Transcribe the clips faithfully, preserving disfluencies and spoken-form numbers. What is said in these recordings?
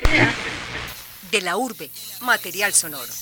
De la urbe, material sonoro.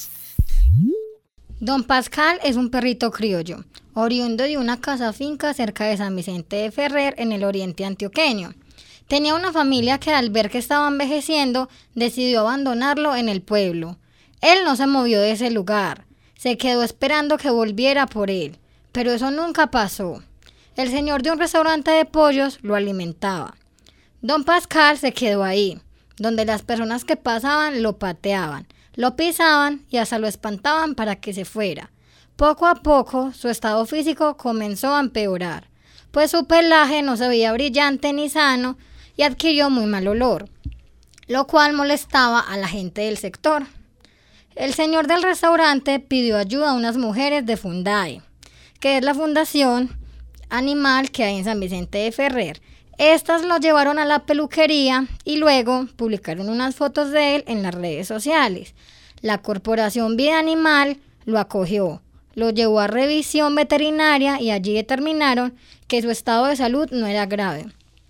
Don Pascal es un perrito criollo, oriundo de una casa finca cerca de San Vicente de Ferrer en el oriente antioqueño. Tenía una familia que al ver que estaba envejeciendo, decidió abandonarlo en el pueblo. Él no se movió de ese lugar, se quedó esperando que volviera por él, pero eso nunca pasó. El señor de un restaurante de pollos lo alimentaba. Don Pascal se quedó ahí, donde las personas que pasaban lo pateaban, lo pisaban y hasta lo espantaban para que se fuera. Poco a poco su estado físico comenzó a empeorar, pues su pelaje no se veía brillante ni sano y adquirió muy mal olor, lo cual molestaba a la gente del sector. El señor del restaurante pidió ayuda a unas mujeres de Fundae, que es la fundación animal que hay en San Vicente de Ferrer. Estas lo llevaron a la peluquería y luego publicaron unas fotos de él en las redes sociales. La Corporación Vida Animal lo acogió, lo llevó a revisión veterinaria y allí determinaron que su estado de salud no era grave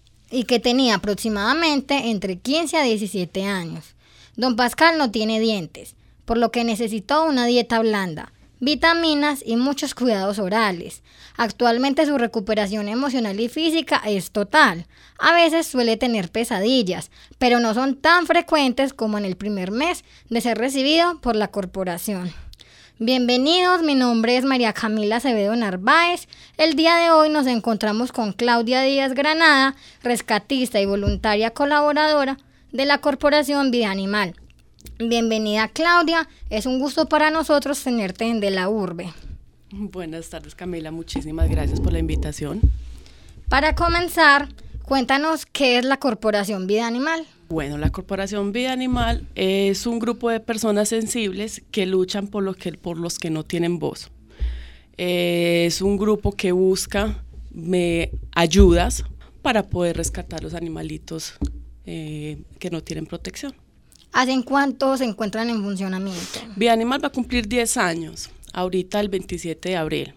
y que tenía aproximadamente entre quince a diecisiete años. Don Pascal no tiene dientes, por lo que necesitó una dieta blanda, vitaminas y muchos cuidados orales. Actualmente su recuperación emocional y física es total. A veces suele tener pesadillas, pero no son tan frecuentes como en el primer mes de ser recibido por la corporación. Bienvenidos, mi nombre es María Camila Acevedo Narváez. El día de hoy nos encontramos con Claudia Díaz Granada, rescatista y voluntaria colaboradora de la Corporación Vida Animal. Bienvenida, Claudia, es un gusto para nosotros tenerte en De la Urbe. Buenas tardes, Camila, muchísimas gracias por la invitación. Para comenzar, cuéntanos qué es la Corporación Vida Animal. Bueno, la Corporación Vida Animal es un grupo de personas sensibles que luchan por los que, por los que no tienen voz. Eh, es un grupo que busca me, ayudas para poder rescatar los animalitos eh, que no tienen protección. ¿Hace cuánto se encuentran en funcionamiento? Vida Animal va a cumplir diez años, ahorita el veintisiete de abril.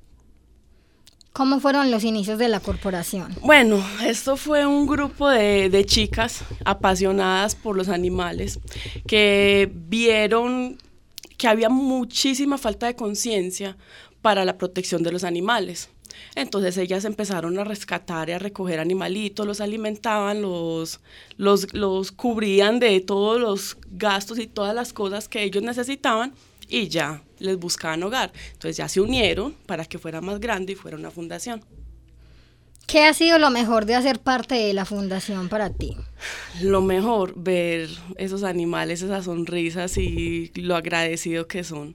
¿Cómo fueron los inicios de la corporación? Bueno, esto fue un grupo de, de chicas apasionadas por los animales que vieron que había muchísima falta de conciencia para la protección de los animales. Entonces ellas empezaron a rescatar y a recoger animalitos, los alimentaban, los, los, los cubrían de todos los gastos y todas las cosas que ellos necesitaban y ya les buscaban hogar. Entonces ya se unieron para que fuera más grande y fuera una fundación. ¿Qué ha sido lo mejor de hacer parte de la fundación para ti? Lo mejor, ver esos animales, esas sonrisas y lo agradecido que son.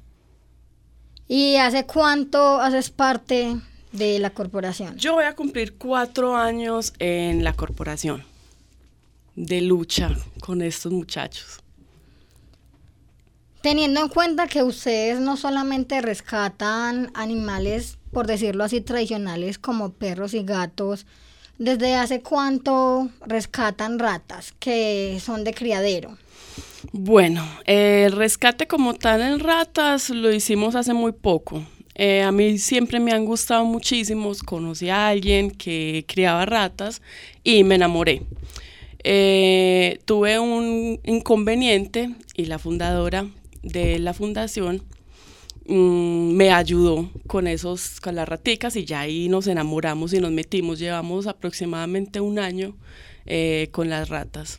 ¿Y hace cuánto haces parte de la corporación? Yo voy a cumplir cuatro años en la corporación de lucha con estos muchachos. Teniendo en cuenta que ustedes no solamente rescatan animales, por decirlo así, tradicionales como perros y gatos, ¿desde hace cuánto rescatan ratas que son de criadero? Bueno, el rescate como tal en ratas lo hicimos hace muy poco. Eh, a mí siempre me han gustado muchísimo, conocí a alguien que criaba ratas y me enamoré. Eh, tuve un inconveniente y la fundadora de la fundación mmm, me ayudó con esos, con las raticas y ya ahí nos enamoramos y nos metimos. Llevamos aproximadamente un año eh, con las ratas.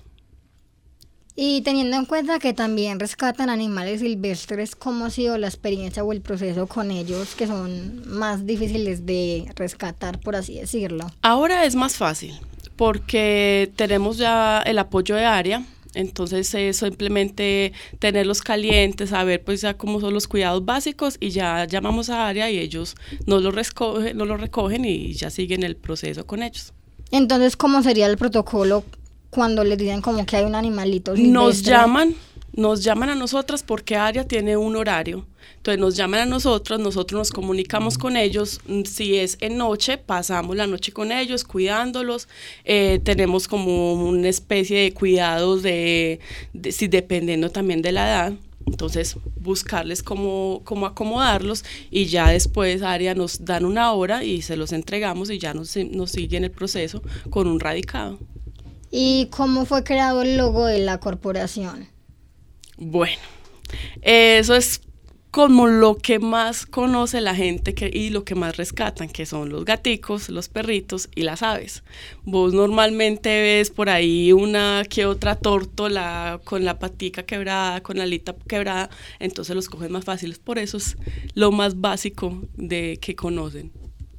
Y teniendo en cuenta que también rescatan animales silvestres, ¿cómo ha sido la experiencia o el proceso con ellos que son más difíciles de rescatar, por así decirlo? Ahora es más fácil porque tenemos ya el apoyo de área, entonces es simplemente tenerlos calientes, saber pues ya cómo son los cuidados básicos y ya llamamos a área y ellos nos los recogen, nos los recogen y ya siguen el proceso con ellos. Entonces, ¿cómo sería el protocolo cuando les dicen como que hay un animalito silvestre? Nos llaman, nos llaman a nosotras porque área tiene un horario. Entonces nos llaman a nosotros, nosotros nos comunicamos con ellos, si es en noche, pasamos la noche con ellos, cuidándolos, eh, tenemos como una especie de cuidados, de, de, si dependiendo también de la edad, entonces buscarles cómo, cómo acomodarlos y ya después área nos dan una hora y se los entregamos y ya nos, nos siguen el proceso con un radicado. ¿Y cómo fue creado el logo de la corporación? Bueno, eso es como lo que más conoce la gente que, y lo que más rescatan, que son los gaticos, los perritos y las aves. Vos normalmente ves por ahí una que otra tórtola con la patica quebrada, con la alita quebrada, entonces los cogen más fáciles. Por eso es lo más básico de que conocen.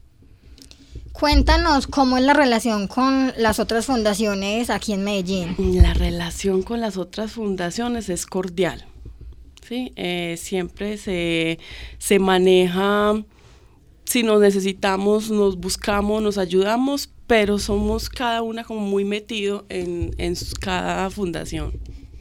Cuéntanos cómo es la relación con las otras fundaciones aquí en Medellín. La relación con las otras fundaciones es cordial. Sí, eh, siempre se, se maneja, si nos necesitamos, nos buscamos, nos ayudamos, pero somos cada una como muy metido en, en cada fundación.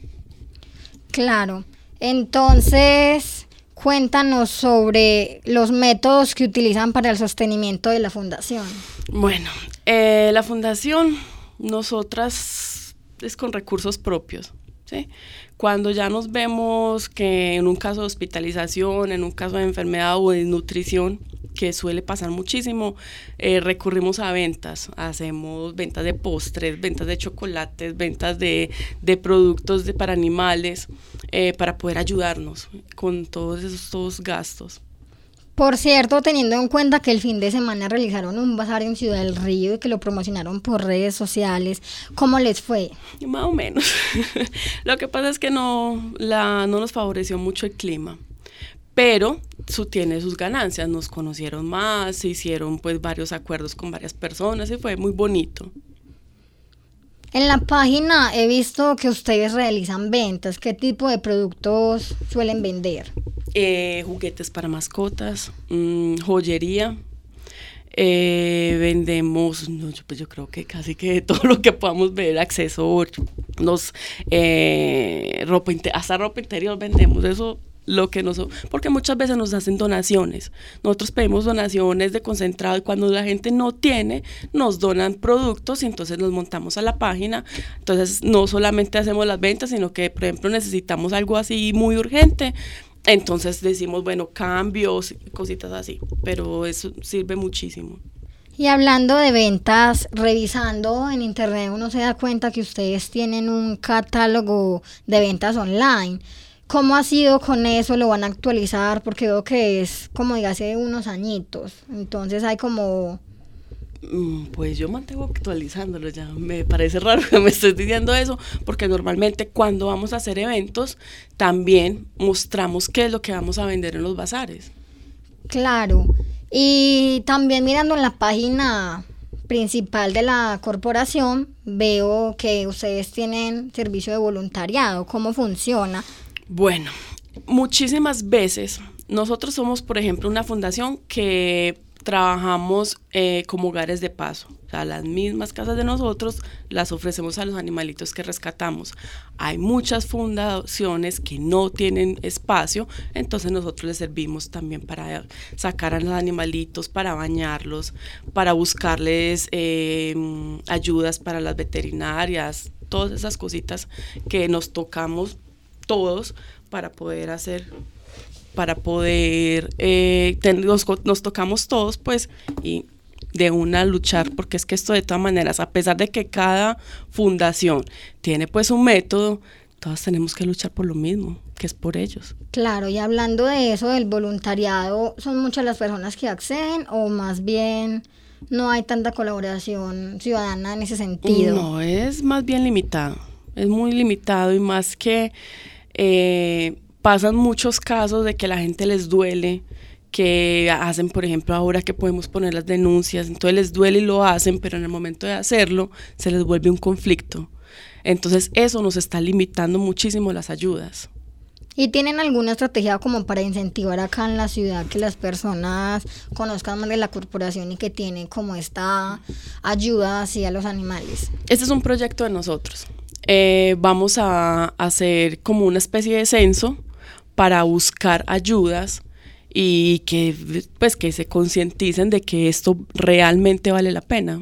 Claro, entonces cuéntanos sobre los métodos que utilizan para el sostenimiento de la fundación. Bueno, eh, la fundación, nosotras es con recursos propios. ¿Sí? Cuando ya nos vemos que en un caso de hospitalización, en un caso de enfermedad o de nutrición, que suele pasar muchísimo, eh, recurrimos a ventas, hacemos ventas de postres, ventas de chocolates, ventas de, de productos de, para animales, eh, para poder ayudarnos con todos estos gastos. Por cierto, teniendo en cuenta que el fin de semana realizaron un bazar en Ciudad del Río y que lo promocionaron por redes sociales, ¿cómo les fue? Más o menos. Lo que pasa es que no, la, no nos favoreció mucho el clima, pero su, tiene sus ganancias. Nos conocieron más, se hicieron pues varios acuerdos con varias personas y fue muy bonito. En la página he visto que ustedes realizan ventas. ¿Qué tipo de productos suelen vender? Eh, juguetes para mascotas, mmm, joyería, eh, vendemos, no, yo, pues yo creo que casi que todo lo que podamos ver, accesorios, nos, eh, ropa inter- hasta ropa interior vendemos, eso lo que nos, porque muchas veces nos hacen donaciones, nosotros pedimos donaciones de concentrado y cuando la gente no tiene, nos donan productos y entonces nos montamos a la página, entonces no solamente hacemos las ventas, sino que por ejemplo necesitamos algo así muy urgente, entonces decimos, bueno, cambios, cositas así, pero eso sirve muchísimo. Y hablando de ventas, revisando en internet uno se da cuenta que ustedes tienen un catálogo de ventas online. ¿Cómo ha sido con eso? ¿Lo van a actualizar? Porque veo que es como de hace unos añitos, entonces hay como... Pues yo mantengo actualizándolo ya, me parece raro que me estés diciendo eso, porque normalmente cuando vamos a hacer eventos también mostramos qué es lo que vamos a vender en los bazares. Claro, y también mirando en la página principal de la corporación veo que ustedes tienen servicio de voluntariado. ¿Cómo funciona? Bueno, muchísimas veces nosotros somos, por ejemplo, una fundación que trabajamos eh, como hogares de paso, o sea, las mismas casas de nosotros las ofrecemos a los animalitos que rescatamos. Hay muchas fundaciones que no tienen espacio, entonces nosotros les servimos también para sacar a los animalitos, para bañarlos, para buscarles eh, ayudas para las veterinarias, todas esas cositas que nos tocamos todos para poder hacer... para poder, eh, ten, nos, nos tocamos todos pues y de una luchar, porque es que esto de todas maneras, a pesar de que cada fundación tiene pues un método, todas tenemos que luchar por lo mismo, que es por ellos. Claro, y hablando de eso, del voluntariado, ¿son muchas las personas que acceden o más bien no hay tanta colaboración ciudadana en ese sentido? No, es más bien limitado, es muy limitado y más que... Eh, pasan muchos casos de que a la gente les duele, que hacen, por ejemplo, ahora que podemos poner las denuncias, entonces les duele y lo hacen, pero en el momento de hacerlo se les vuelve un conflicto. Entonces eso nos está limitando muchísimo las ayudas. ¿Y tienen alguna estrategia como para incentivar acá en la ciudad que las personas conozcan más de la corporación y que tienen como esta ayuda hacia los animales? Este es un proyecto de nosotros. Eh, vamos a hacer como una especie de censo para buscar ayudas y que, pues, que se concienticen de que esto realmente vale la pena.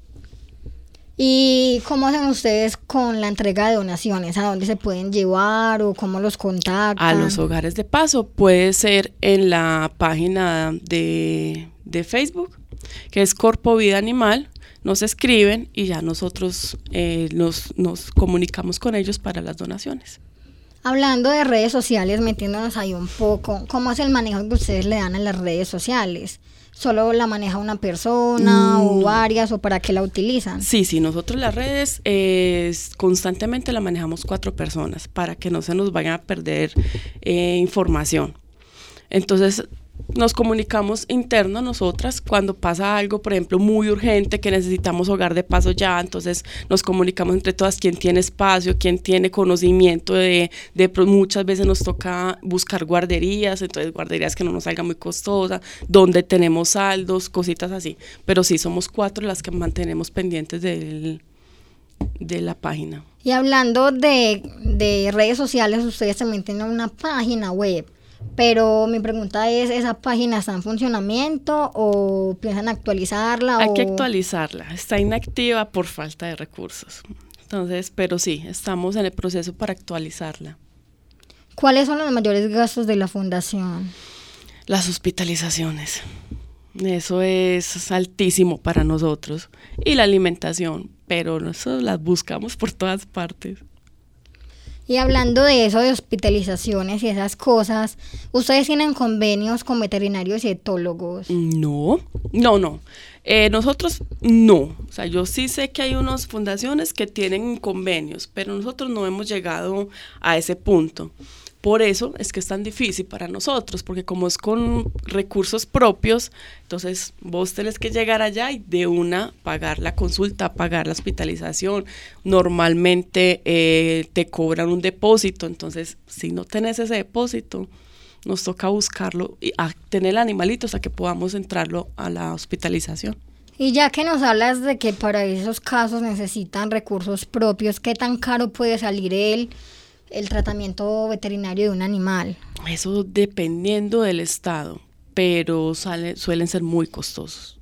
¿Y cómo hacen ustedes con la entrega de donaciones? ¿A dónde se pueden llevar o cómo los contactan? A los hogares de paso, puede ser en la página de, de Facebook, que es Corpo Vida Animal. nos escriben y ya nosotros eh, nos, nos comunicamos con ellos para las donaciones. Hablando de redes sociales, metiéndonos ahí un poco, ¿cómo es el manejo que ustedes le dan a las redes sociales? ¿Solo la maneja una persona mm. o varias o para qué la utilizan? Sí, sí, nosotros las redes eh, constantemente la manejamos cuatro personas para que no se nos vaya a perder eh, información. Entonces nos comunicamos interno nosotras cuando pasa algo, por ejemplo, muy urgente que necesitamos hogar de paso ya, entonces nos comunicamos entre todas quién tiene espacio, quién tiene conocimiento de, de muchas veces nos toca buscar guarderías, entonces guarderías que no nos salga muy costosa, donde tenemos saldos, cositas así, pero sí somos cuatro las que mantenemos pendientes del, de la página. Y hablando de, de redes sociales, ustedes también tienen una página web. Pero mi pregunta es, ¿esa página está en funcionamiento o piensan actualizarla? Hay o... que actualizarla, está inactiva por falta de recursos. Entonces, pero sí, estamos en el proceso para actualizarla. ¿Cuáles son los mayores gastos de la fundación? Las hospitalizaciones. Eso es altísimo para nosotros. Y la alimentación, pero nosotros las buscamos por todas partes. Y hablando de eso, de hospitalizaciones y esas cosas, ¿ustedes tienen convenios con veterinarios y etólogos? No, no, no. Eh, nosotros no. O sea, yo sí sé que hay unas fundaciones que tienen convenios, pero nosotros no hemos llegado a ese punto. Por eso es que es tan difícil para nosotros, porque como es con recursos propios, entonces vos tenés que llegar allá y de una pagar la consulta, pagar la hospitalización. Normalmente eh, te cobran un depósito, entonces si no tenés ese depósito, nos toca buscarlo y a tener el animalito hasta que podamos entrarlo a la hospitalización. Y ya que nos hablas de que para esos casos necesitan recursos propios, ¿qué tan caro puede salir el, el tratamiento veterinario de un animal? Eso dependiendo del estado, pero sale, suelen ser muy costosos.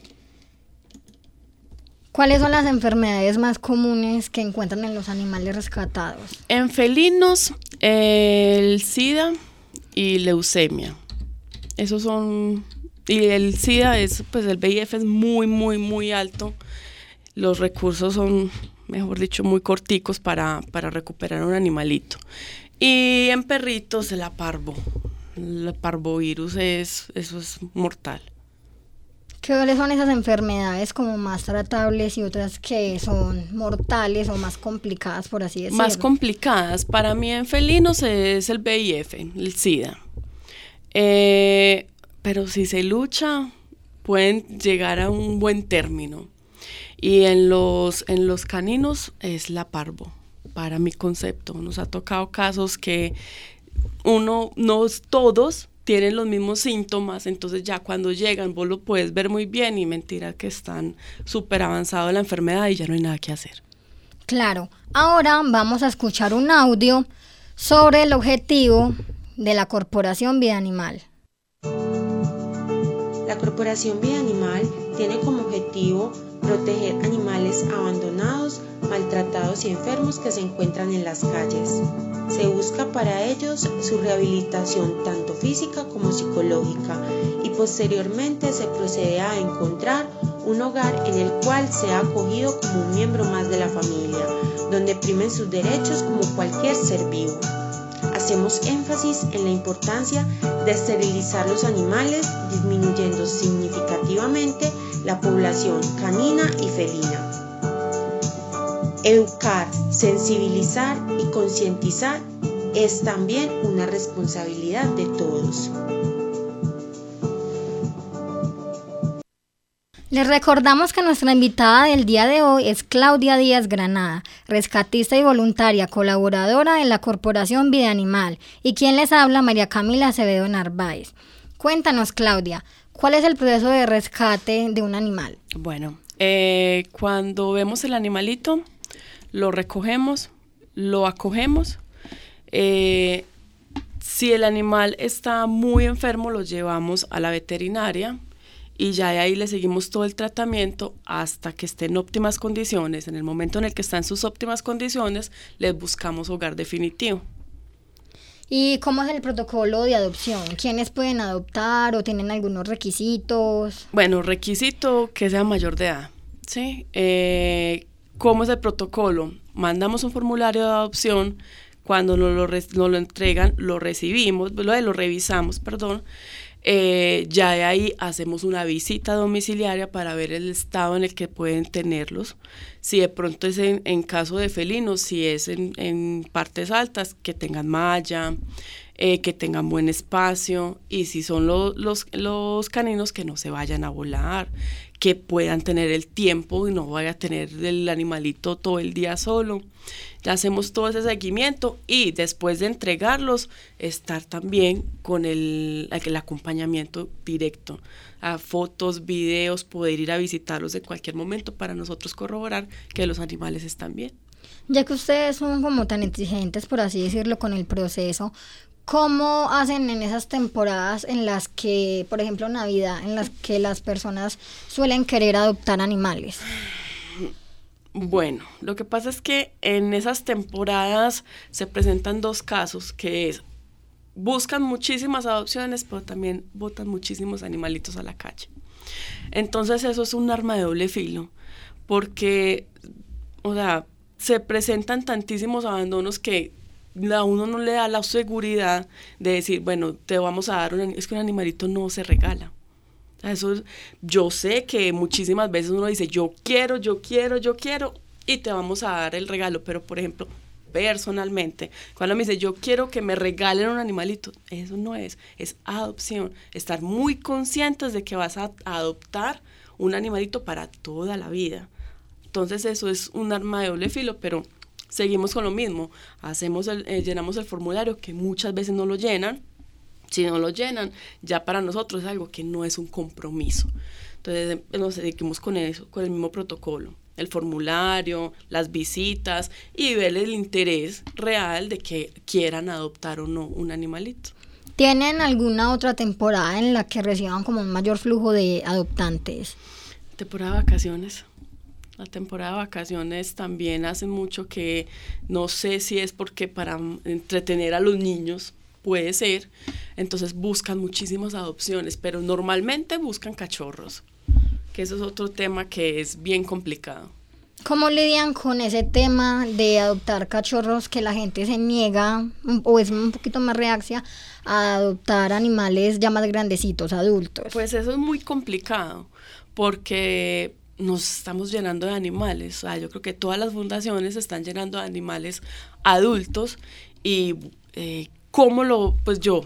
¿Cuáles son las enfermedades más comunes que encuentran en los animales rescatados? En felinos, eh, el SIDA y leucemia. Esos son, y el SIDA es, pues el V I F es muy, muy, muy alto. Los recursos son, mejor dicho, muy corticos para, para recuperar un animalito. Y en perritos, la parvo. El parvovirus es, eso es mortal. ¿Cuáles son esas enfermedades como más tratables y otras que son mortales o más complicadas, por así decirlo? Más complicadas. Para mí en felinos es el V I F, el SIDA. Eh, pero si se lucha, pueden llegar a un buen término. Y en los, en los caninos es la parvo, para mi concepto. Nos ha tocado casos que uno, no todos tienen los mismos síntomas, entonces ya cuando llegan vos lo puedes ver muy bien y mentira que están súper avanzados en la enfermedad y ya no hay nada que hacer. Claro, ahora vamos a escuchar un audio sobre el objetivo de la Corporación Vida Animal. La Corporación Vida Animal tiene como objetivo proteger animales abandonados, maltratados y enfermos que se encuentran en las calles. Se busca para ellos su rehabilitación tanto física como psicológica y posteriormente se procede a encontrar un hogar en el cual sea acogido como un miembro más de la familia, donde primen sus derechos como cualquier ser vivo. Hacemos énfasis en la importancia de esterilizar los animales, disminuyendo significativamente la población canina y felina. Educar, sensibilizar y concientizar es también una responsabilidad de todos. Les recordamos que nuestra invitada del día de hoy es Claudia Díaz Granada, rescatista y voluntaria, colaboradora de la Corporación Vida Animal, y quien les habla, María Camila Acevedo Narváez. Cuéntanos, Claudia, ¿cuál es el proceso de rescate de un animal? Bueno, eh, cuando vemos el animalito, lo recogemos, lo acogemos. Eh, si el animal está muy enfermo, lo llevamos a la veterinaria y ya de ahí le seguimos todo el tratamiento hasta que esté en óptimas condiciones. En el momento en el que está en sus óptimas condiciones, les buscamos hogar definitivo. ¿Y cómo es el protocolo de adopción? ¿Quiénes pueden adoptar o tienen algunos requisitos? Bueno, requisito que sea mayor de edad. ¿sí? Eh, ¿Cómo es el protocolo? Mandamos un formulario de adopción, cuando nos lo, nos lo entregan, lo recibimos, lo, lo revisamos, perdón, eh, ya de ahí hacemos una visita domiciliaria para ver el estado en el que pueden tenerlos. Si de pronto es en, en caso de felinos, si es en, en partes altas, que tengan malla, eh, que tengan buen espacio, y si son lo, los, los caninos, que no se vayan a volar, que puedan tener el tiempo y no vaya a tener el animalito todo el día solo. Ya hacemos todo ese seguimiento y después de entregarlos, estar también con el, el acompañamiento directo, a fotos, videos, poder ir a visitarlos de cualquier momento para nosotros corroborar que los animales están bien. Ya que ustedes son como tan exigentes, por así decirlo, con el proceso, ¿cómo hacen en esas temporadas en las que, por ejemplo, Navidad, en las que las personas suelen querer adoptar animales? Bueno, lo que pasa es que en esas temporadas se presentan dos casos, que es, buscan muchísimas adopciones, pero también botan muchísimos animalitos a la calle. Entonces eso es un arma de doble filo, porque, o sea, se presentan tantísimos abandonos que a uno no le da la seguridad de decir, bueno, te vamos a dar un, es que un animalito no se regala. Eso, yo sé que muchísimas veces uno dice, yo quiero, yo quiero, yo quiero, y te vamos a dar el regalo, pero por ejemplo, personalmente, cuando me dice, yo quiero que me regalen un animalito, eso no es, es adopción, estar muy conscientes de que vas a adoptar un animalito para toda la vida. Entonces eso es un arma de doble filo, pero seguimos con lo mismo, hacemos el, eh, llenamos el formulario, que muchas veces no lo llenan. Si no lo llenan, ya para nosotros es algo que no es un compromiso. Entonces nos dediquemos con eso, con el mismo protocolo, el formulario, las visitas, y ver el interés real de que quieran adoptar o no un animalito. ¿Tienen alguna otra temporada en la que reciban como un mayor flujo de adoptantes? Temporada de vacaciones. La temporada de vacaciones también hace mucho que, no sé si es porque para entretener a los niños, puede ser, entonces buscan muchísimas adopciones, pero normalmente buscan cachorros, que eso es otro tema que es bien complicado. ¿Cómo lidian con ese tema de adoptar cachorros, que la gente se niega o es un poquito más reacia a adoptar animales ya más grandecitos, adultos? Pues eso es muy complicado, porque nos estamos llenando de animales, o sea, yo creo que todas las fundaciones se están llenando de animales adultos, y eh, ¿cómo lo, pues yo,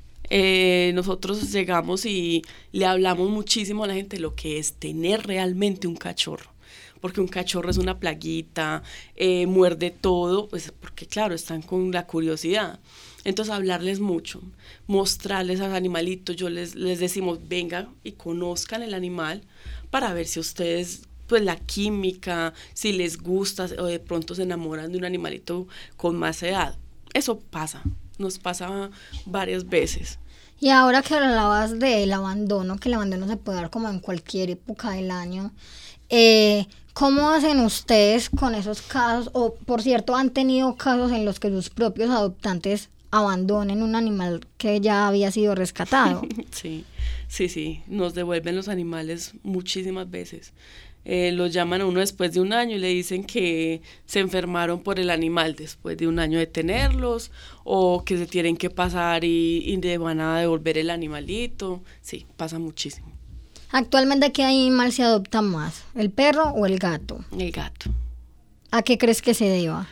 eh, nosotros llegamos y le hablamos muchísimo a la gente lo que es tener realmente un cachorro, porque un cachorro es una plaguita, eh, muerde todo, pues porque claro, están con la curiosidad. Entonces hablarles mucho, mostrarles al animalito, yo les, les decimos, vengan y conozcan el animal para ver si ustedes, pues la química, si les gusta o de pronto se enamoran de un animalito con más edad. Eso pasa. Nos pasa varias veces. Y ahora que hablabas del abandono, que el abandono se puede dar como en cualquier época del año, eh, ¿cómo hacen ustedes con esos casos? O, por cierto, ¿han tenido casos en los que sus propios adoptantes abandonen un animal que ya había sido rescatado? Sí, sí, sí, nos devuelven los animales muchísimas veces. Eh, los llaman a uno después de un año y le dicen que se enfermaron por el animal después de un año de tenerlos, o que se tienen que pasar y, y le van a devolver el animalito. Sí, pasa muchísimo. Actualmente, ¿qué animal se adopta más? ¿El perro o el gato? El gato. ¿A qué crees que se deba?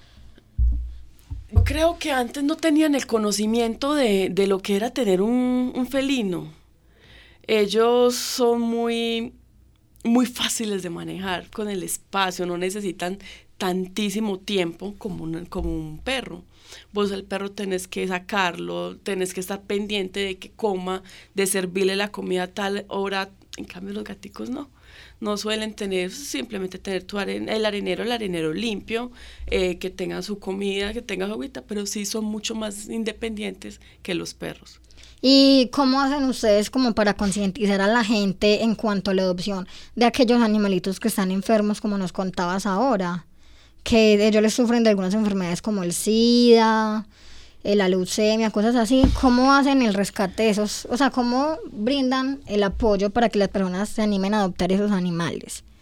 Yo creo que antes no tenían el conocimiento de, de lo que era tener un, un felino. Ellos son muy... muy fáciles de manejar con el espacio, no necesitan tantísimo tiempo como un, como un perro. Vos el perro tenés que sacarlo, tenés que estar pendiente de que coma, de servirle la comida a tal hora. En cambio los gaticos no, no suelen tener, simplemente tener tu aren, el arenero, el arenero limpio, eh, que tengan su comida, que tengan su agüita, pero sí son mucho más independientes que los perros. ¿Y cómo hacen ustedes como para concientizar a la gente en cuanto a la adopción de aquellos animalitos que están enfermos, como nos contabas ahora? Que ellos les sufren de algunas enfermedades como el SIDA, la leucemia, cosas así. ¿Cómo hacen el rescate de esos? O sea, ¿cómo brindan el apoyo para que las personas se animen a adoptar esos animales?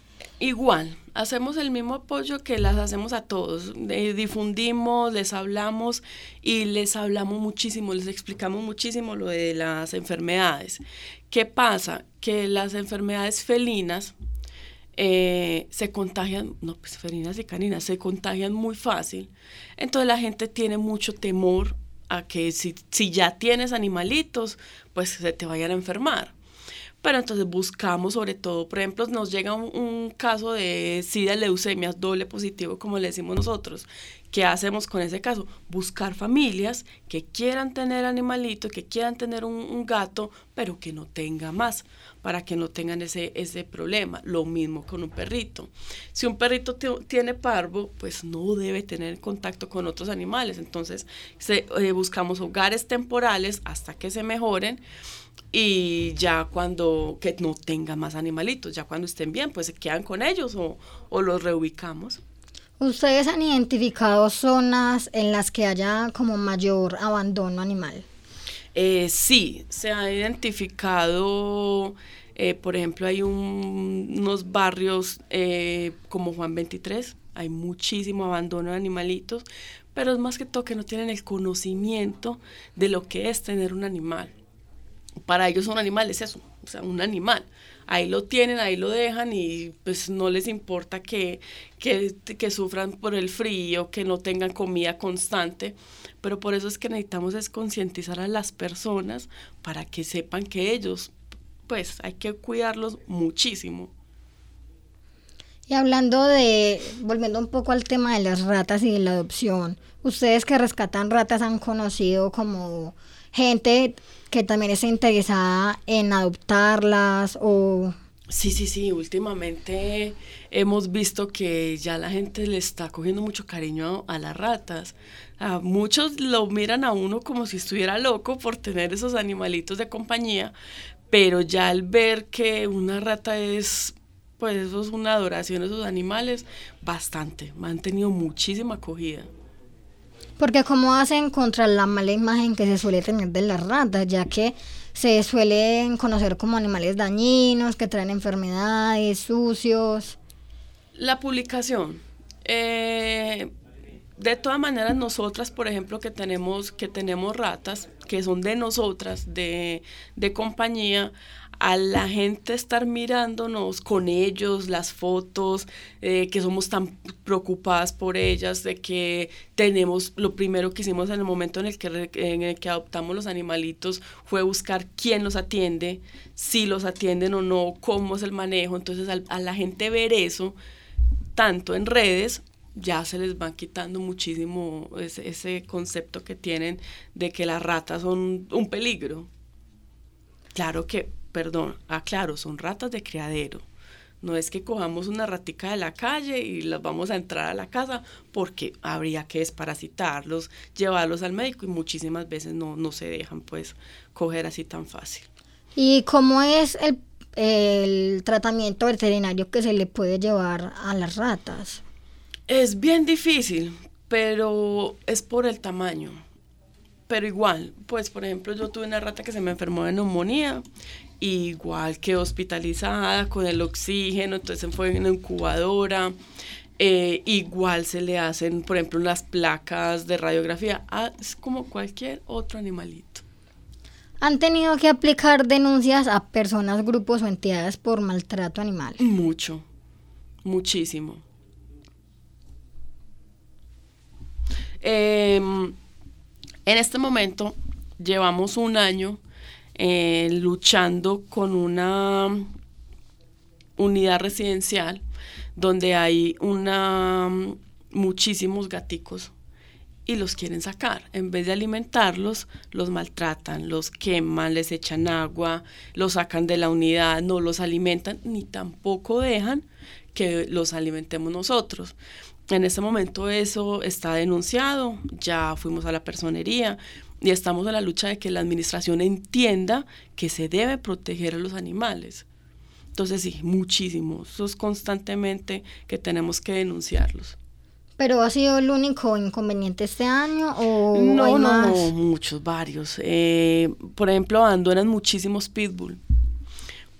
Igual, hacemos el mismo apoyo que las hacemos a todos, eh, difundimos, les hablamos y les hablamos muchísimo, les explicamos muchísimo lo de las enfermedades. ¿Qué pasa? Que las enfermedades felinas eh, se contagian, no, pues felinas y caninas, se contagian muy fácil, entonces la gente tiene mucho temor a que si, si ya tienes animalitos, pues se te vayan a enfermar. Pero entonces buscamos sobre todo, por ejemplo, nos llega un, un caso de SIDA, leucemias, doble positivo, como le decimos nosotros. ¿Qué hacemos con ese caso? Buscar familias que quieran tener animalitos, que quieran tener un, un gato, pero que no tenga más, para que no tengan ese, ese problema. Lo mismo con un perrito. Si un perrito t- tiene parvo, pues no debe tener contacto con otros animales. Entonces se, eh, buscamos hogares temporales hasta que se mejoren, y ya cuando, que no tenga más animalitos, ya cuando estén bien, pues se quedan con ellos o, o los reubicamos. ¿Ustedes han identificado zonas en las que haya como mayor abandono animal? Eh, sí, se ha identificado, eh, por ejemplo, hay un, unos barrios eh, como Juan veintitrés, hay muchísimo abandono de animalitos, pero es más que todo que no tienen el conocimiento de lo que es tener un animal. Para ellos un animal es eso, o sea, un animal. Ahí lo tienen, ahí lo dejan y pues no les importa que, que, que sufran por el frío, que no tengan comida constante, pero por eso es que necesitamos es concientizar a las personas para que sepan que ellos, pues hay que cuidarlos muchísimo. Y hablando de, volviendo un poco al tema de las ratas y de la adopción, ¿ustedes que rescatan ratas han conocido como gente que también está interesada en adoptarlas o...? Sí, sí, sí, últimamente hemos visto que ya la gente le está cogiendo mucho cariño a, a las ratas. A muchos lo miran a uno como si estuviera loco por tener esos animalitos de compañía, pero ya al ver que una rata es, pues eso es una adoración a esos animales, bastante, han tenido muchísima acogida. Porque ¿cómo hacen contra la mala imagen que se suele tener de las ratas? Ya que se suelen conocer como animales dañinos, que traen enfermedades, sucios. La publicación. Eh, de todas maneras, nosotras, por ejemplo, que tenemos, que tenemos ratas, que son de nosotras, de, de compañía, a la gente estar mirándonos con ellos, las fotos, eh, que somos tan preocupadas por ellas, de que tenemos, lo primero que hicimos en el momento en el que, en el que adoptamos los animalitos fue buscar quién los atiende, si los atienden o no, cómo es el manejo. Entonces al, a la gente ver eso, tanto en redes, ya se les va quitando muchísimo ese, ese concepto que tienen de que las ratas son un peligro. Claro que Perdón, aclaro, son ratas de criadero. No es que cojamos una ratica de la calle y las vamos a entrar a la casa, porque habría que desparasitarlos, llevarlos al médico y muchísimas veces no, no se dejan pues coger así tan fácil. ¿Y cómo es el, el tratamiento veterinario que se le puede llevar a las ratas? Es bien difícil, pero es por el tamaño. Pero igual, pues por ejemplo yo tuve una rata que se me enfermó de neumonía, igual quedó hospitalizada con el oxígeno, entonces fue en una incubadora, eh, igual se le hacen, por ejemplo, las placas de radiografía, ah, es como cualquier otro animalito. ¿Han tenido que aplicar denuncias a personas, grupos o entidades por maltrato animal? Mucho, muchísimo. Eh, en este momento llevamos un año Eh, luchando con una unidad residencial donde hay una muchísimos gaticos y los quieren sacar. En vez de alimentarlos, los maltratan, los queman, les echan agua, los sacan de la unidad, no los alimentan ni tampoco dejan que los alimentemos nosotros. En este momento eso está denunciado, ya fuimos a la personería y estamos en la lucha de que la administración entienda que se debe proteger a los animales. Entonces sí, muchísimo, eso es constantemente que tenemos que denunciarlos. ¿Pero ha sido el único inconveniente este año o no, hay no, más? No, muchos, varios. Eh, por ejemplo, abandonan muchísimos pitbull,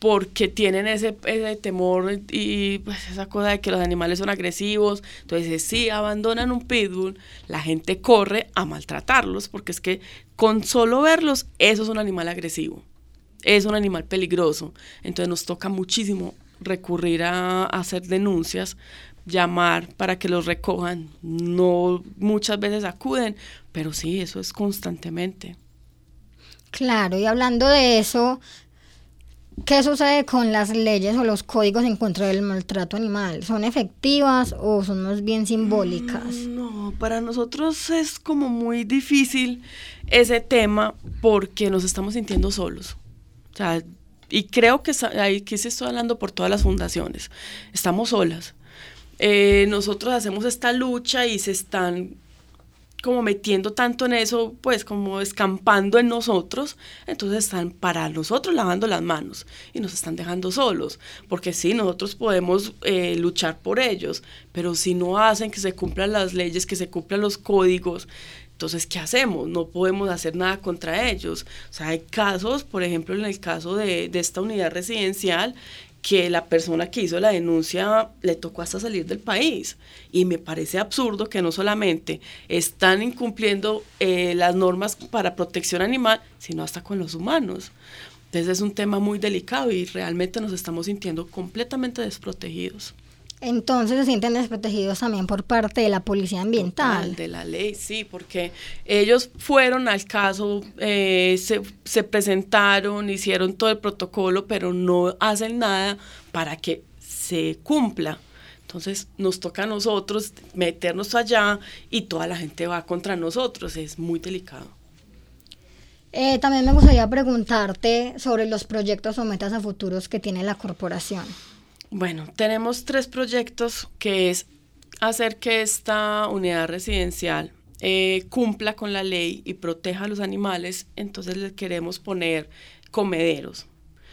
porque tienen ese, ese temor y pues esa cosa de que los animales son agresivos. Entonces, si abandonan un pitbull, la gente corre a maltratarlos, porque es que con solo verlos, eso es un animal agresivo, es un animal peligroso. Entonces nos toca muchísimo recurrir a, a hacer denuncias, llamar para que los recojan. No muchas veces acuden, pero sí, eso es constantemente. Claro, y hablando de eso, ¿qué sucede con las leyes o los códigos en contra del maltrato animal? ¿Son efectivas o son más bien simbólicas? No, para nosotros es como muy difícil ese tema porque nos estamos sintiendo solos. O sea, y creo que aquí se estoy hablando por todas las fundaciones. Estamos solas. Eh, nosotros hacemos esta lucha y se están como metiendo tanto en eso, pues como escampando en nosotros, entonces están para nosotros lavando las manos y nos están dejando solos, porque sí, nosotros podemos eh, luchar por ellos, pero si no hacen que se cumplan las leyes, que se cumplan los códigos, entonces ¿qué hacemos? No podemos hacer nada contra ellos. O sea, hay casos, por ejemplo, en el caso de, de esta unidad residencial, que la persona que hizo la denuncia le tocó hasta salir del país, y me parece absurdo que no solamente están incumpliendo eh, las normas para protección animal, sino hasta con los humanos. Entonces es un tema muy delicado y realmente nos estamos sintiendo completamente desprotegidos. Entonces se sienten desprotegidos también por parte de la policía ambiental. Total, de la ley, sí, porque ellos fueron al caso, eh, se, se presentaron, hicieron todo el protocolo, pero no hacen nada para que se cumpla. Entonces nos toca a nosotros meternos allá y toda la gente va contra nosotros, es muy delicado. Eh, también me gustaría preguntarte sobre los proyectos o metas a futuros que tiene la corporación. Bueno, tenemos tres proyectos, que es hacer que esta unidad residencial eh, cumpla con la ley y proteja a los animales. Entonces les queremos poner comederos,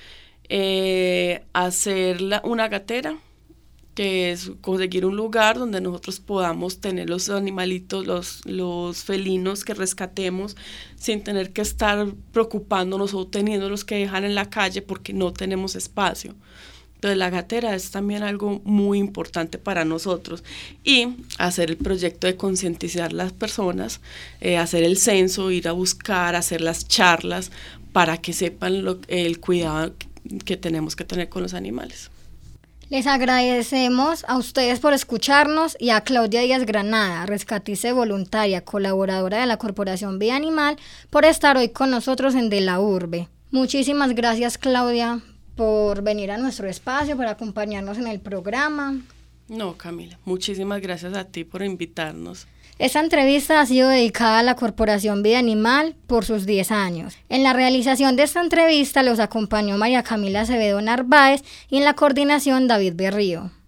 eh, hacer la, una gatera, que es conseguir un lugar donde nosotros podamos tener los animalitos, los, los felinos que rescatemos, sin tener que estar preocupándonos o teniéndolos que dejar en la calle porque no tenemos espacio. Entonces la gatera es también algo muy importante para nosotros, y hacer el proyecto de concientizar a las personas, eh, hacer el censo, ir a buscar, hacer las charlas para que sepan lo, el cuidado que tenemos que tener con los animales. Les agradecemos a ustedes por escucharnos y a Claudia Díaz Granada, rescatista voluntaria, colaboradora de la Corporación Vida Animal, por estar hoy con nosotros en De la Urbe. Muchísimas gracias, Claudia, por venir a nuestro espacio, por acompañarnos en el programa. No, Camila, muchísimas gracias a ti por invitarnos. Esta entrevista ha sido dedicada a la Corporación Vida Animal por sus diez años. En la realización de esta entrevista los acompañó María Camila Acevedo Narváez y en la coordinación David Berrío.